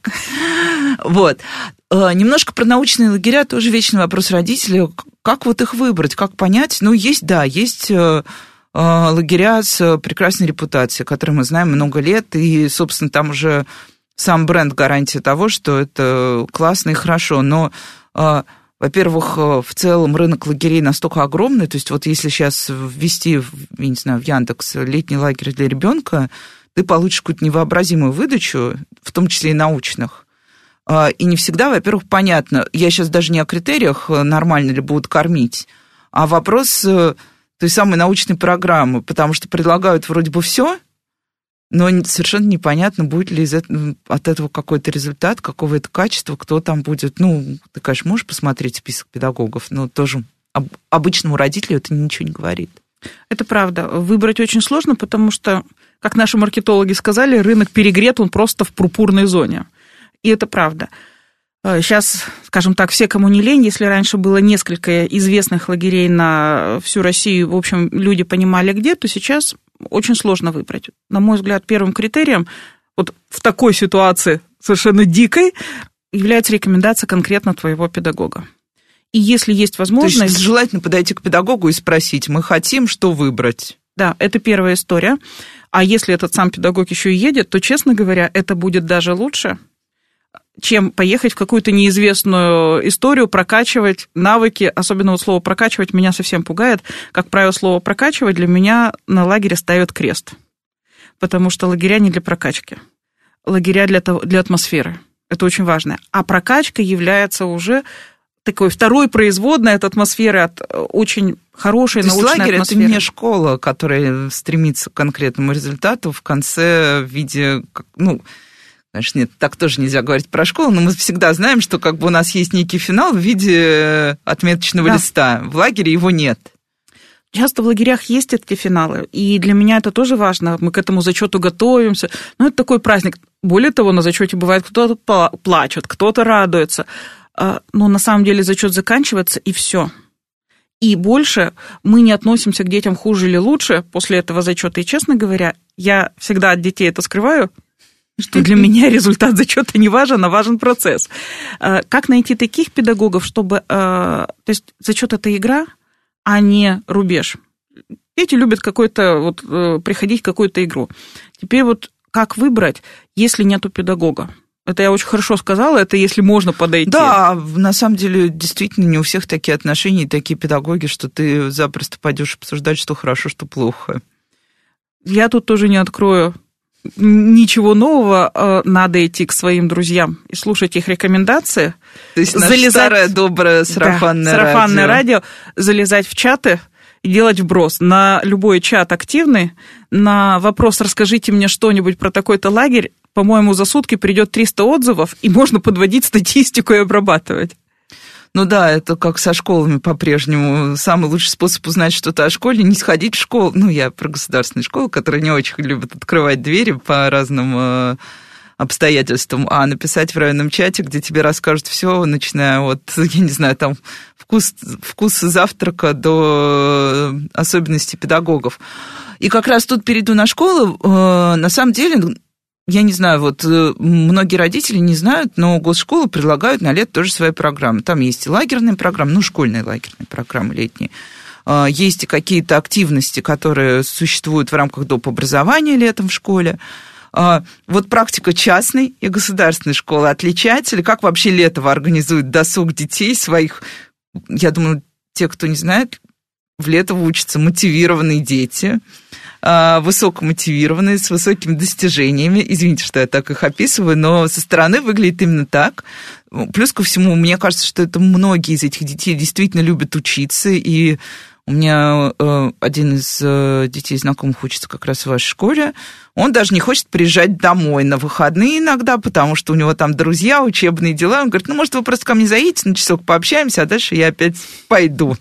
[SPEAKER 2] Вот. Немножко про научные лагеря, тоже вечный вопрос родителей. Как вот их выбрать, как понять? Ну, есть, да, есть лагеря с прекрасной репутацией, которые мы знаем много лет, и, собственно, там уже сам бренд гарантия того, что это классно и хорошо. Но, во-первых, в целом рынок лагерей настолько огромный, то есть вот если сейчас ввести, я не знаю, в Яндекс летний лагерь для ребенка, ты получишь какую-то невообразимую выдачу, в том числе и научных. И не всегда, во-первых, понятно, я сейчас даже не о критериях, нормально ли будут кормить, а вопрос той самой научной программы, потому что предлагают вроде бы все, но совершенно непонятно, будет ли из этого, от этого какой-то результат, какого-то качества, кто там будет. Ну, ты, конечно, можешь посмотреть список педагогов, но тоже об, обычному родителю это ничего не говорит.
[SPEAKER 3] Это правда. Выбрать очень сложно, потому что, как наши маркетологи сказали, рынок перегрет, он просто в пурпурной зоне. И это правда. Сейчас, скажем так, все, кому не лень, если раньше было несколько известных лагерей на всю Россию, в общем, люди понимали где, то сейчас очень сложно выбрать. На мой взгляд, первым критерием вот в такой ситуации совершенно дикой является рекомендация конкретно твоего педагога. И если есть возможность...
[SPEAKER 2] То есть желательно подойти к педагогу и спросить: мы хотим, что выбрать.
[SPEAKER 3] Да, это первая история. А если этот сам педагог еще и едет, то, честно говоря, это будет даже лучше, чем поехать в какую-то неизвестную историю, прокачивать навыки. Особенно вот слово «прокачивать» меня совсем пугает. Как правило, слово «прокачивать» для меня на лагере ставят крест. Потому что лагеря не для прокачки. Лагеря для, того, для атмосферы. Это очень важно. А прокачка является уже такой второй производной от атмосферы, от очень хорошей
[SPEAKER 2] То
[SPEAKER 3] научной
[SPEAKER 2] есть лагерь
[SPEAKER 3] атмосферы.
[SPEAKER 2] Это не школа, которая стремится к конкретному результату в конце в виде, ну, конечно, нет, так тоже нельзя говорить про школу, но мы всегда знаем, что как бы у нас есть некий финал в виде отметочного да. листа. В лагере его нет.
[SPEAKER 3] Часто в лагерях есть эти финалы, и для меня это тоже важно. Мы к этому зачету готовимся. Ну, это такой праздник. Более того, на зачете бывает, кто-то плачет, кто-то радуется. Но на самом деле зачет заканчивается, и все. И больше мы не относимся к детям хуже или лучше после этого зачета. И, честно говоря, я всегда от детей это скрываю, что для меня результат зачета не важен, а важен процесс. Как найти таких педагогов, чтобы... То есть зачет – это игра, а не рубеж. Дети любят какой-то, вот, приходить в какую-то игру. Теперь вот как выбрать, если нету педагога? Это я очень хорошо сказала, это если можно подойти.
[SPEAKER 2] Да, на самом деле, действительно, не у всех такие отношения, такие педагоги, что ты запросто пойдешь обсуждать, что хорошо, что плохо.
[SPEAKER 3] Я тут тоже не открою ничего нового, надо идти к своим друзьям и слушать их рекомендации.
[SPEAKER 2] То есть наше залезать... старое доброе сарафанное,
[SPEAKER 3] да, сарафанное радио. радио, залезать в чаты и делать вброс на любой чат активный, на вопрос «расскажите мне что-нибудь про такой-то лагерь», по-моему, за сутки придет триста отзывов, и можно подводить статистику и обрабатывать.
[SPEAKER 2] Ну да, это как со школами по-прежнему. Самый лучший способ узнать что-то о школе – не сходить в школу. Ну, я про государственные школы, которые не очень любят открывать двери по разным э, обстоятельствам, а написать в районном чате, где тебе расскажут все, начиная от, я не знаю, там, вкус, вкус завтрака до особенностей педагогов. И как раз тут перейду на школу. Э, на самом деле... Я не знаю, вот многие родители не знают, но госшколы предлагают на лето тоже свои программы. Там есть и лагерные программы, ну, школьные лагерные программы летние. Есть и какие-то активности, которые существуют в рамках доп. Образования летом в школе. Вот практика частной и государственной школы отличается ли? Как вообще Летово организует досуг детей своих? Я думаю, те, кто не знает, в Летово учатся мотивированные дети, высокомотивированные, с высокими достижениями. Извините, что я так их описываю, но со стороны выглядит именно так. Плюс ко всему, мне кажется, что это многие из этих детей действительно любят учиться, и у меня один из детей знакомых учится как раз в вашей школе. Он даже не хочет приезжать домой на выходные иногда, потому что у него там друзья, учебные дела. Он говорит, ну, может, вы просто ко мне заедете, на часок пообщаемся, а дальше я опять пойду.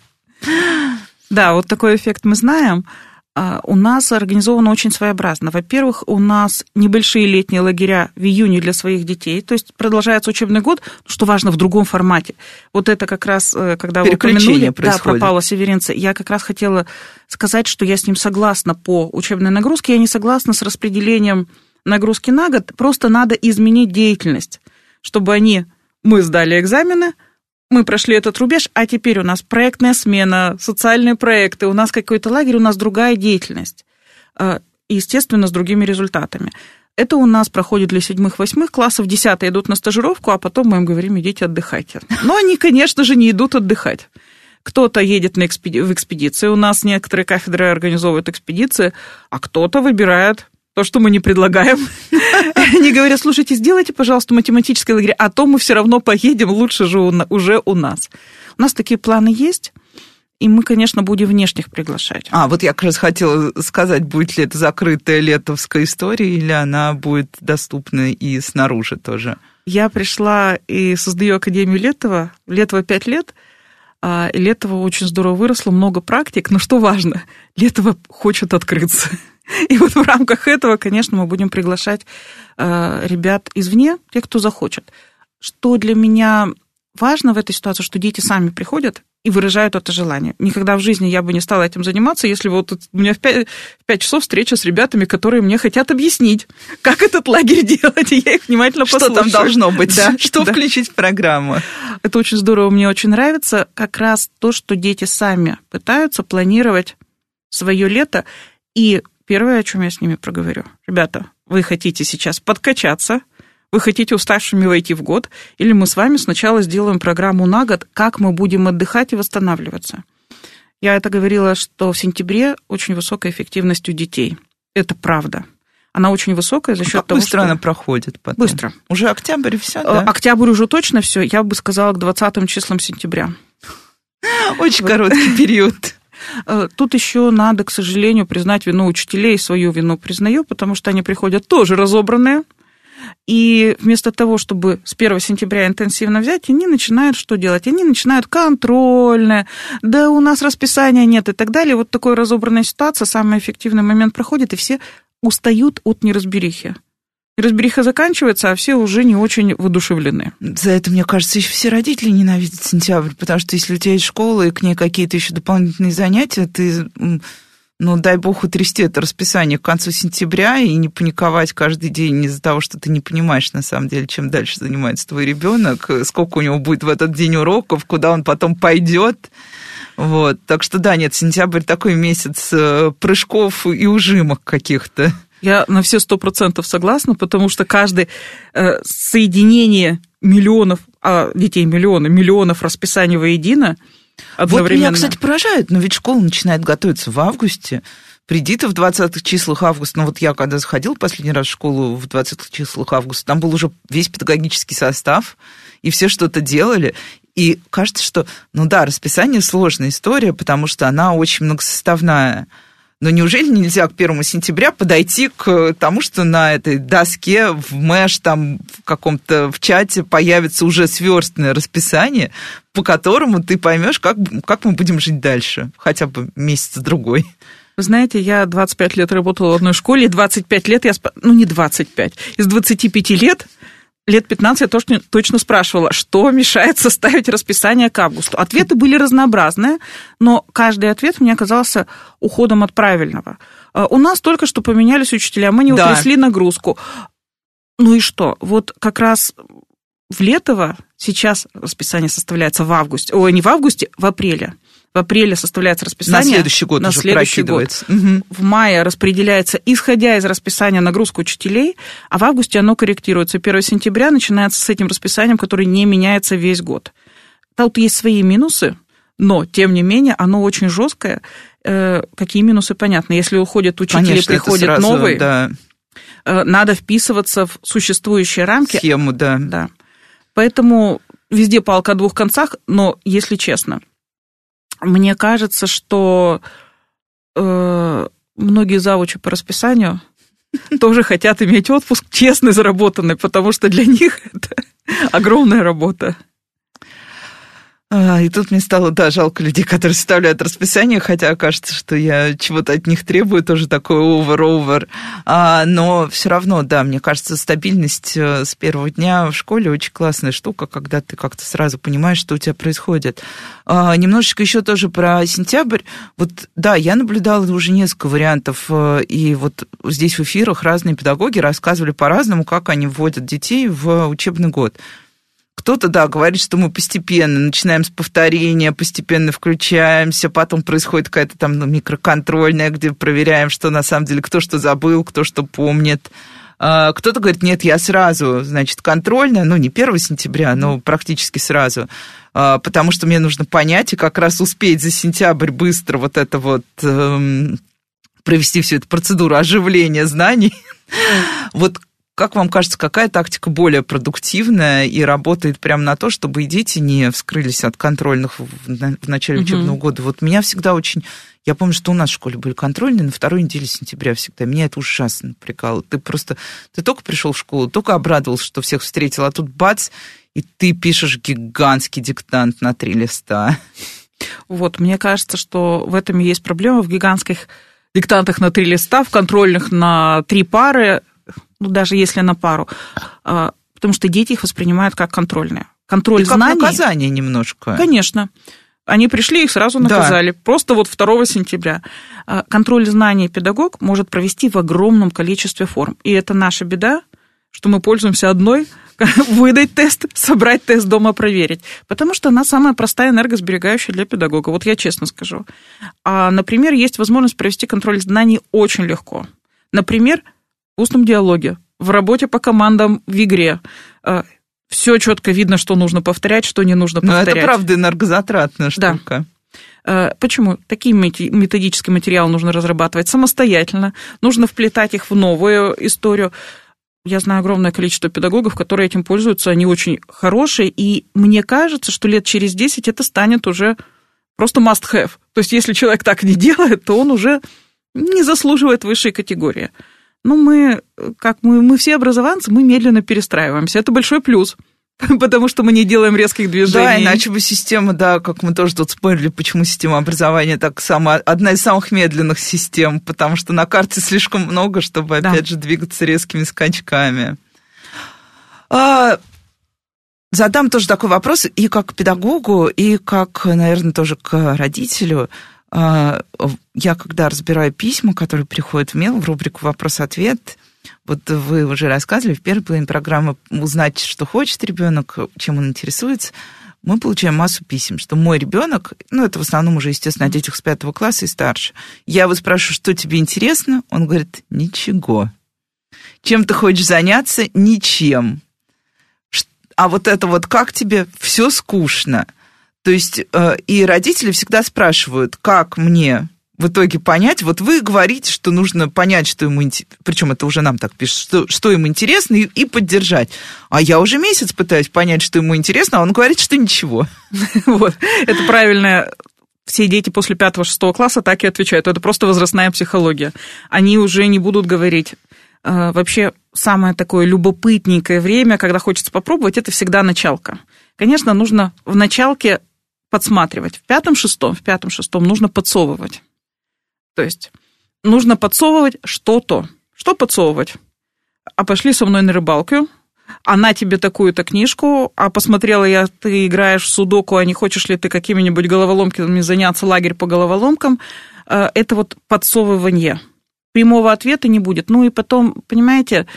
[SPEAKER 3] Да, вот такой эффект мы знаем. У нас организовано очень своеобразно. Во-первых, у нас небольшие летние лагеря в июне для своих детей, то есть продолжается учебный год, что важно, в другом формате. Вот это как раз, когда вы упомянули да, про Павла Северинца, я как раз хотела сказать, что я с ним согласна по учебной нагрузке, я не согласна с распределением нагрузки на год, просто надо изменить деятельность, чтобы они, мы сдали экзамены, мы прошли этот рубеж, а теперь у нас проектная смена, социальные проекты, у нас какой-то лагерь, у нас другая деятельность, естественно, с другими результатами. Это у нас проходит для седьмых-восьмых классов, десятые идут на стажировку, а потом мы им говорим, идите отдыхайте. Но они, конечно же, не идут отдыхать. Кто-то едет на экспеди... в экспедиции, у нас некоторые кафедры организовывают экспедиции, а кто-то выбирает то, что мы не предлагаем. Они говорят, слушайте, сделайте, пожалуйста, математический лагерь, а то мы все равно поедем, лучше же уже у нас. У нас такие планы есть, и мы, конечно, будем внешних приглашать.
[SPEAKER 2] А, вот я как раз хотела сказать, будет ли это закрытая летовская история, или она будет доступна и снаружи тоже?
[SPEAKER 3] Я пришла и создаю Академию Летово. Летово пять лет, и Летово очень здорово выросло, много практик, но что важно, Летово хочет открыться. И вот в рамках этого, конечно, мы будем приглашать э, ребят извне, тех, кто захочет. Что для меня важно в этой ситуации, что дети сами приходят и выражают это желание. Никогда в жизни я бы не стала этим заниматься, если вот у меня в пять, в пять часов встреча с ребятами, которые мне хотят объяснить, как этот лагерь делать, и я их внимательно
[SPEAKER 2] что
[SPEAKER 3] послушаю.
[SPEAKER 2] Что там должно быть,
[SPEAKER 3] да,
[SPEAKER 2] что
[SPEAKER 3] да.
[SPEAKER 2] включить в программу.
[SPEAKER 3] Это очень здорово, мне очень нравится как раз то, что дети сами пытаются планировать свое лето, и первое, о чем я с ними проговорю. Ребята, вы хотите сейчас подкачаться, вы хотите уставшими войти в год, или мы с вами сначала сделаем программу на год, как мы будем отдыхать и восстанавливаться. Я это говорила, что в сентябре очень высокая эффективность у детей. Это правда. она очень высокая за счет
[SPEAKER 2] как
[SPEAKER 3] того,
[SPEAKER 2] быстро
[SPEAKER 3] что...
[SPEAKER 2] она проходит потом?
[SPEAKER 3] Быстро.
[SPEAKER 2] Уже октябрь и все, да?
[SPEAKER 3] Октябрь уже точно все, я бы сказала, к двадцатым числам сентября.
[SPEAKER 2] Очень короткий период.
[SPEAKER 3] Тут еще надо, к сожалению, признать вину учителей, свою вину признаю, потому что они приходят тоже разобранные, и вместо того, чтобы с первого сентября интенсивно взять, они начинают что делать? Они начинают контрольное, да у нас расписания нет и так далее. Вот такая разобранная ситуация, самый эффективный момент проходит, и все устают от неразберихи. Неразбериха заканчивается, а все уже не очень воодушевлены.
[SPEAKER 2] За это, мне кажется, еще все родители ненавидят сентябрь, потому что если у тебя есть школа и к ней какие-то еще дополнительные занятия, ты, ну, дай бог, утрясти это расписание к концу сентября и не паниковать каждый день из-за того, что ты не понимаешь, на самом деле, чем дальше занимается твой ребенок, сколько у него будет в этот день уроков, куда он потом пойдет. Вот. Так что да, нет, сентябрь такой месяц прыжков и ужимок каких-то.
[SPEAKER 3] Я на все сто процентов согласна, потому что каждое э, соединение миллионов, а детей миллионы, миллионов расписаний воедино одновременно.
[SPEAKER 2] Вот меня, кстати, поражает, но ведь школа начинает готовиться в августе. Приди ты в двадцатых числах августа, ну вот я когда заходила последний раз в школу в двадцатых числах августа, там был уже весь педагогический состав, и все что-то делали. И кажется, что, ну да, расписание сложная история, потому что она очень многосоставная. Но неужели нельзя к первому сентября подойти к тому, что на этой доске в Мэш, там в каком-то в чате появится уже сверстное расписание, по которому ты поймешь, как, как мы будем жить дальше, хотя бы месяц-другой.
[SPEAKER 3] Вы знаете, я двадцать пять лет работала в одной школе, и двадцать пять лет я... Ну, не двадцать пять. Из двадцати пяти лет... Лет пятнадцать я точно, точно спрашивала, что мешает составить расписание к августу. Ответы были разнообразные, но каждый ответ мне оказался уходом от правильного. У нас только что поменялись учителя, мы не
[SPEAKER 2] да.
[SPEAKER 3] утрясли нагрузку. Ну и что? Вот как раз в Летово сейчас расписание составляется в августе. Ой, не в августе, в апреле. В апреле составляется расписание.
[SPEAKER 2] На следующий год
[SPEAKER 3] на
[SPEAKER 2] уже
[SPEAKER 3] следующий
[SPEAKER 2] прокидывается.
[SPEAKER 3] год.
[SPEAKER 2] Угу.
[SPEAKER 3] В мае распределяется, исходя из расписания, нагрузка учителей, а в августе оно корректируется. первого сентября начинается с этим расписанием, которое не меняется весь год. Тут есть свои минусы, но, тем не менее, оно очень жесткое. Какие минусы, понятно. Если уходят учители,
[SPEAKER 2] конечно,
[SPEAKER 3] приходят
[SPEAKER 2] сразу,
[SPEAKER 3] новые,
[SPEAKER 2] да.
[SPEAKER 3] надо вписываться в существующие рамки.
[SPEAKER 2] Схему, да.
[SPEAKER 3] да. Поэтому везде палка о двух концах, но, если честно, мне кажется, что э, многие завучи по расписанию тоже хотят иметь отпуск честный, заработанный, потому что для них это огромная работа.
[SPEAKER 2] И тут мне стало, да, жалко людей, которые составляют расписание, хотя кажется, что я чего-то от них требую, тоже такой овер-овер. Но все равно, да, мне кажется, стабильность с первого дня в школе очень классная штука, когда ты как-то сразу понимаешь, что у тебя происходит. Немножечко еще тоже про сентябрь. Вот, да, я наблюдала уже несколько вариантов, и вот здесь в эфирах разные педагоги рассказывали по-разному, как они вводят детей в учебный год. Кто-то, да, говорит, что мы постепенно начинаем с повторения, постепенно включаемся, потом происходит какая-то там ну, микроконтрольная, где проверяем, что на самом деле кто что забыл, кто что помнит. Кто-то говорит, нет, я сразу, значит, контрольная, ну, не первого сентября, но практически сразу, потому что мне нужно понять и как раз успеть за сентябрь быстро вот это вот эм, провести всю эту процедуру оживления знаний. Вот как вам кажется, какая тактика более продуктивная и работает прямо на то, чтобы и дети не вскрылись от контрольных в начале учебного года? Вот меня всегда очень... Я помню, что у нас в школе были контрольные на второй неделе сентября всегда. Меня это ужасно напрягало. Ты просто... Ты только пришел в школу, только обрадовался, что всех встретил, а тут бац, и ты пишешь гигантский диктант на три листа.
[SPEAKER 3] Вот, мне кажется, что в этом и есть проблема. В гигантских диктантах на три листа, в контрольных на три пары, ну, даже если на пару, потому что дети их воспринимают как контрольные. Контроль
[SPEAKER 2] и
[SPEAKER 3] знаний...
[SPEAKER 2] как наказание немножко.
[SPEAKER 3] Конечно. Они пришли, их сразу наказали. Да. Просто вот второго сентября. Контроль знаний педагог может провести в огромном количестве форм. И это наша беда, что мы пользуемся одной, выдать тест, собрать тест дома, проверить. Потому что она самая простая, энергосберегающая для педагога. Вот я честно скажу. А, например, есть возможность провести контроль знаний очень легко. Например, в устном диалоге, в работе по командам в игре. Все четко видно, что нужно повторять, что не нужно повторять.
[SPEAKER 2] Но это правда энергозатратная штука.
[SPEAKER 3] Да. Почему? Такие методические материалы нужно разрабатывать самостоятельно, нужно вплетать их в новую историю. Я знаю огромное количество педагогов, которые этим пользуются, они очень хорошие, и мне кажется, что лет через десять это станет уже просто must-have. То есть если человек так не делает, то он уже не заслуживает высшей категории. Но мы, как мы, мы все образованцы, мы медленно перестраиваемся. Это большой плюс. Потому что мы не делаем резких движений.
[SPEAKER 2] Да, иначе бы система, да, как мы тоже тут спорили, почему система образования так самая, одна из самых медленных систем, потому что на карте слишком много, чтобы, да. опять же, двигаться резкими скачками. А, задам тоже такой вопрос и как педагогу, и как, наверное, тоже к родителю. А, я, когда разбираю письма, которые приходят в мейл, в рубрику «Вопрос-ответ», вот вы уже рассказывали в первой половине программы узнать, что хочет ребенок, чем он интересуется. Мы получаем массу писем, что мой ребенок, ну, это в основном уже, естественно, о детях с пятого класса и старше. Я его спрашиваю, что тебе интересно? Он говорит, ничего. Чем ты хочешь заняться? Ничем. А вот это вот как тебе? Все скучно. То есть и родители всегда спрашивают, как мне... в итоге понять, вот вы говорите, что нужно понять, что ему интересно, причем это уже нам так пишут, что, что ему интересно, и, и поддержать. А я уже месяц пытаюсь понять, что ему интересно, а он говорит, что ничего.
[SPEAKER 3] Вот, это правильно. Все дети после пятого-шестого класса так и отвечают. Это просто возрастная психология. Они уже не будут говорить. Вообще, самое такое любопытненькое время, когда хочется попробовать, это всегда началка. Конечно, нужно в началке подсматривать. В пятом-шестом, в пятом-шестом нужно подсовывать. То есть нужно подсовывать что-то. Что подсовывать? А пошли со мной на рыбалку, а на тебе такую-то книжку, а посмотрела я, ты играешь в судоку, а не хочешь ли ты какими-нибудь головоломками заняться, лагерь по головоломкам. Это вот подсовывание. Прямого ответа не будет. Ну и потом, понимаете...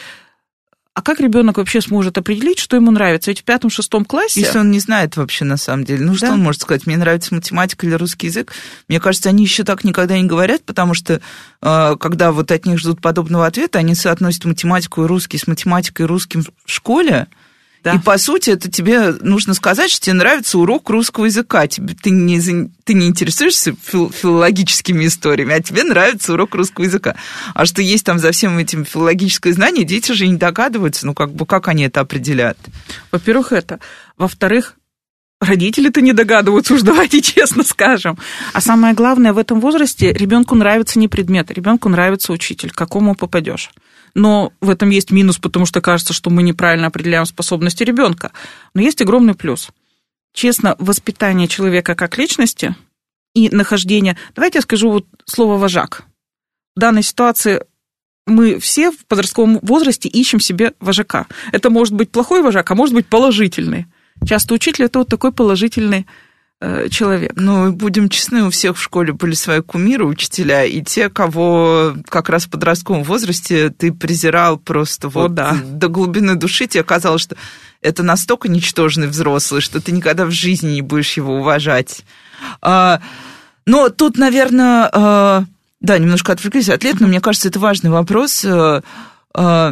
[SPEAKER 3] А как ребенок вообще сможет определить, что ему нравится? Ведь в пятом-шестом классе...
[SPEAKER 2] Если он не знает вообще на самом деле. Ну, да? Что он может сказать? Мне нравится математика или русский язык. Мне кажется, они еще так никогда не говорят, потому что, когда вот от них ждут подобного ответа, они соотносят математику и русский с математикой и русским в школе. Да. И, по сути, это тебе нужно сказать, что тебе нравится урок русского языка. Тебе, ты, не, ты не интересуешься фил, филологическими историями, а тебе нравится урок русского языка. А что есть там за всем этим филологическое знание, дети же не догадываются, ну, как бы, как они это определяют.
[SPEAKER 3] Во-первых, это. Во-вторых, родители-то не догадываются, уж давайте честно скажем. А самое главное, в этом возрасте ребенку нравится не предмет, ребенку нравится учитель, к какому попадешь. Но в этом есть минус, потому что кажется, что мы неправильно определяем способности ребенка. Но есть огромный плюс. Честно, воспитание человека как личности и нахождение... Давайте я скажу вот слово «вожак». В данной ситуации мы все в подростковом возрасте ищем себе вожака. Это может быть плохой вожак, а может быть положительный. Часто учитель – это вот такой положительный человек.
[SPEAKER 2] Ну, будем честны, у всех в школе были свои кумиры, учителя, и те, кого как раз в подростковом возрасте ты презирал просто вот О, да. до глубины души, тебе казалось, что это настолько ничтожный взрослый, что ты никогда в жизни не будешь его уважать. А, но тут, наверное, а, да, немножко отвлеклись от лет, но мне кажется, это важный вопрос. А, а,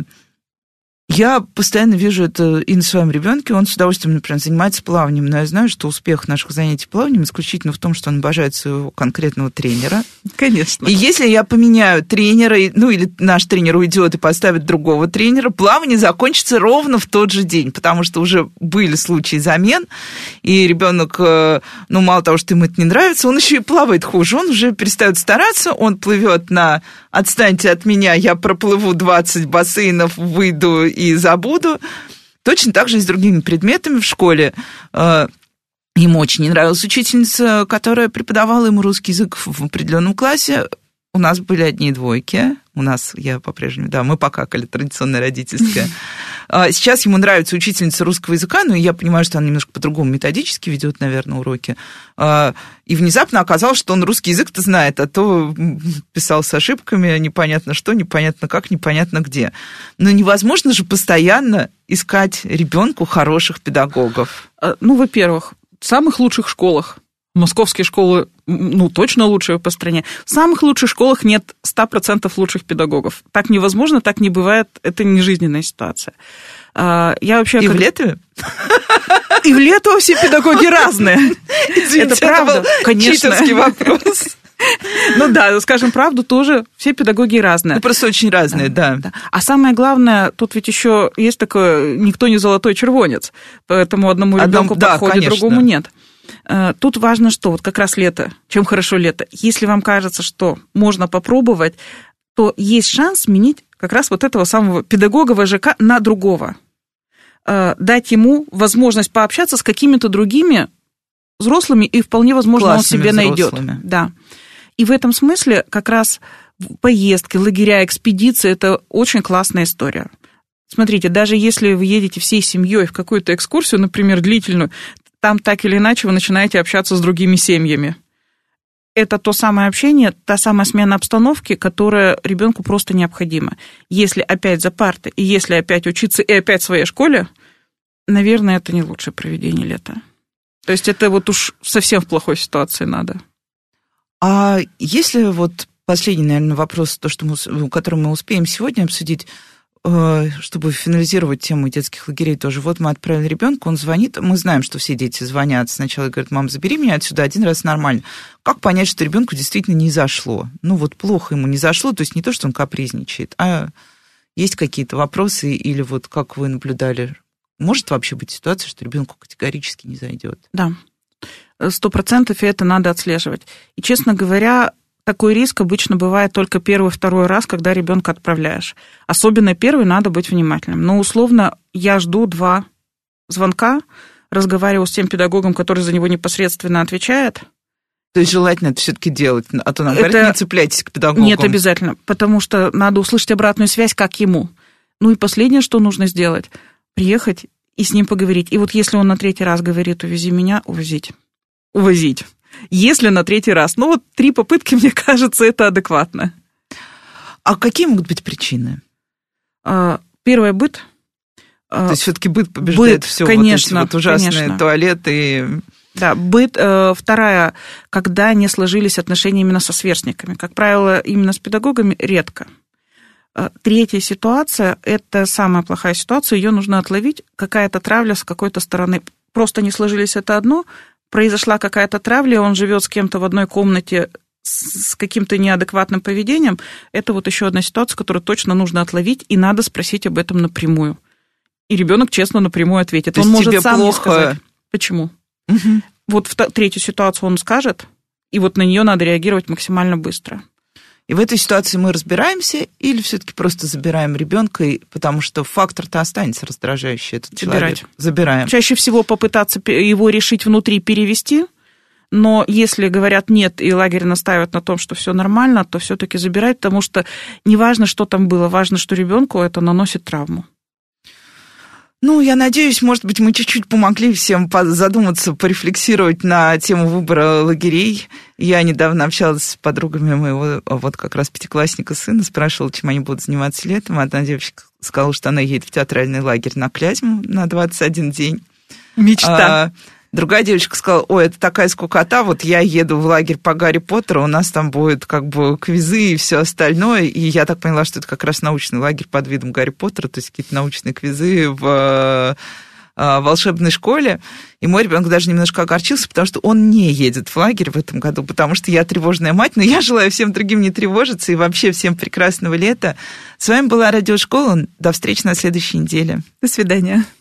[SPEAKER 2] Я постоянно вижу это и на своем ребенке. Он с удовольствием, например, занимается плаванием. Но я знаю, что успех наших занятий плаванием исключительно в том, что он обожает своего конкретного тренера.
[SPEAKER 3] Конечно.
[SPEAKER 2] И если я поменяю тренера, ну или наш тренер уйдет и поставит другого тренера, плавание закончится ровно в тот же день, потому что уже были случаи замен, и ребенок, ну мало того, что ему это не нравится, он еще и плавает хуже. Он уже перестает стараться, он плывет на «отстаньте от меня, я проплыву двадцать бассейнов, выйду и забуду». Точно так же и с другими предметами в школе. Ему очень не нравилась учительница, которая преподавала ему русский язык в определенном классе. У нас были одни двойки. У нас, я по-прежнему, да, мы покакали, традиционное родительское. Сейчас ему нравится учительница русского языка, но я понимаю, что она немножко по-другому методически ведет, наверное, уроки. И внезапно оказалось, что он русский язык-то знает, а то писал с ошибками, непонятно что, непонятно как, непонятно где. Но невозможно же постоянно искать ребенку хороших педагогов.
[SPEAKER 3] Ну, во-первых, в самых лучших школах, московские школы ну, точно лучшие по стране. В самых лучших школах нет ста процентов лучших педагогов. Так невозможно, так не бывает, это не жизненная ситуация. Я вообще,
[SPEAKER 2] и
[SPEAKER 3] как...
[SPEAKER 2] в Летове?
[SPEAKER 3] И в Летово все педагоги разные.
[SPEAKER 2] Извините, это правда, это был
[SPEAKER 3] конечно.
[SPEAKER 2] Читерский вопрос.
[SPEAKER 3] Ну да, скажем правду, тоже все педагоги разные.
[SPEAKER 2] Ну, просто очень разные, да.
[SPEAKER 3] да. А самое главное, тут ведь еще есть такое, никто не золотой червонец, поэтому одному ребенку
[SPEAKER 2] да,
[SPEAKER 3] подходит,
[SPEAKER 2] конечно.
[SPEAKER 3] другому нет. Тут важно, что вот как раз лето, чем хорошо лето. Если вам кажется, что можно попробовать, то есть шанс сменить как раз вот этого самого педагога ВЖК на другого. Дать ему возможность пообщаться с какими-то другими взрослыми, и вполне возможно,
[SPEAKER 2] классными
[SPEAKER 3] он себе найдет. Да. И в этом смысле как раз поездки, лагеря, экспедиции – это очень классная история. Смотрите, даже если вы едете всей семьей в какую-то экскурсию, например, длительную, там так или иначе вы начинаете общаться с другими семьями. Это то самое общение, та самая смена обстановки, которая ребенку просто необходима. Если опять за партой, и если опять учиться, и опять в своей школе, наверное, это не лучшее проведение лета. То есть это вот уж совсем в плохой ситуации надо.
[SPEAKER 2] А если вот последний, наверное, вопрос, то, что мы, который мы успеем сегодня обсудить, чтобы финализировать тему детских лагерей тоже. Вот мы отправили ребенка, он звонит, мы знаем, что все дети звонят сначала и говорят: мам, забери меня отсюда, один раз нормально. Как понять, что ребенку действительно не зашло? Ну вот плохо ему не зашло, то есть не то, что он капризничает, а есть какие-то вопросы, или вот как вы наблюдали, может вообще быть ситуация, что ребенку категорически не зайдет?
[SPEAKER 3] Да, сто процентов, и это надо отслеживать. И, честно говоря, такой риск обычно бывает только первый-второй раз, когда ребенка отправляешь. Особенно первый надо быть внимательным. Но условно я жду два звонка, разговариваю с тем педагогом, который за него непосредственно отвечает.
[SPEAKER 2] То есть желательно это все-таки делать, а то нам
[SPEAKER 3] это...
[SPEAKER 2] говорят, не цепляйтесь к педагогу.
[SPEAKER 3] Нет, обязательно, потому что надо услышать обратную связь, как ему. Ну и последнее, что нужно сделать, приехать и с ним поговорить. И вот если он на третий раз говорит: увези меня, увозить. Увозить. Если на третий раз. Ну вот три попытки, мне кажется, это адекватно.
[SPEAKER 2] А какие могут быть причины?
[SPEAKER 3] Первое — быт.
[SPEAKER 2] То есть все-таки быт побеждает
[SPEAKER 3] быт,
[SPEAKER 2] все,
[SPEAKER 3] конечно,
[SPEAKER 2] вот эти вот ужасные
[SPEAKER 3] конечно.
[SPEAKER 2] туалеты.
[SPEAKER 3] Да, быт. Вторая, когда не сложились отношения именно со сверстниками. Как правило, именно с педагогами редко. Третья ситуация – это самая плохая ситуация, ее нужно отловить. Какая-то травля с какой-то стороны. Просто не сложились — это одно. Произошла какая-то травля, он живет с кем-то в одной комнате с каким-то неадекватным поведением. Это вот еще одна ситуация, которую точно нужно отловить, и надо спросить об этом напрямую. И ребенок честно напрямую ответит.
[SPEAKER 2] То
[SPEAKER 3] он
[SPEAKER 2] есть
[SPEAKER 3] может
[SPEAKER 2] тебе
[SPEAKER 3] сам
[SPEAKER 2] плохо...
[SPEAKER 3] не сказать. Почему?
[SPEAKER 2] Угу.
[SPEAKER 3] Вот в третью ситуацию он скажет, и вот на нее надо реагировать максимально быстро.
[SPEAKER 2] И в этой ситуации мы разбираемся или все-таки просто забираем ребенка, потому что фактор-то останется раздражающий, этот
[SPEAKER 3] Забирать.
[SPEAKER 2] человек. Забираем.
[SPEAKER 3] Чаще всего попытаться его решить внутри, перевести, но если говорят нет, и лагерь настаивает на том, что все нормально, то все-таки забирать, потому что не важно, что там было, важно, что ребенку это наносит травму.
[SPEAKER 2] Ну, я надеюсь, может быть, мы чуть-чуть помогли всем задуматься, порефлексировать на тему выбора лагерей. Я недавно общалась с подругами моего, вот как раз пятиклассника сына, спрашивала, чем они будут заниматься летом. Одна девочка сказала, что она едет в театральный лагерь на Клязьму на двадцать один день.
[SPEAKER 3] Мечта.
[SPEAKER 2] А, другая девочка сказала: ой, это такая скукота, вот я еду в лагерь по Гарри Поттеру, у нас там будет как бы квизы и все остальное. И я так поняла, что это как раз научный лагерь под видом Гарри Поттера, то есть какие-то научные квизы в волшебной школе. И мой ребенок даже немножко огорчился, потому что он не едет в лагерь в этом году, потому что я тревожная мать, но я желаю всем другим не тревожиться и вообще всем прекрасного лета. С вами была Радиошкола. До встречи на следующей неделе.
[SPEAKER 3] До свидания.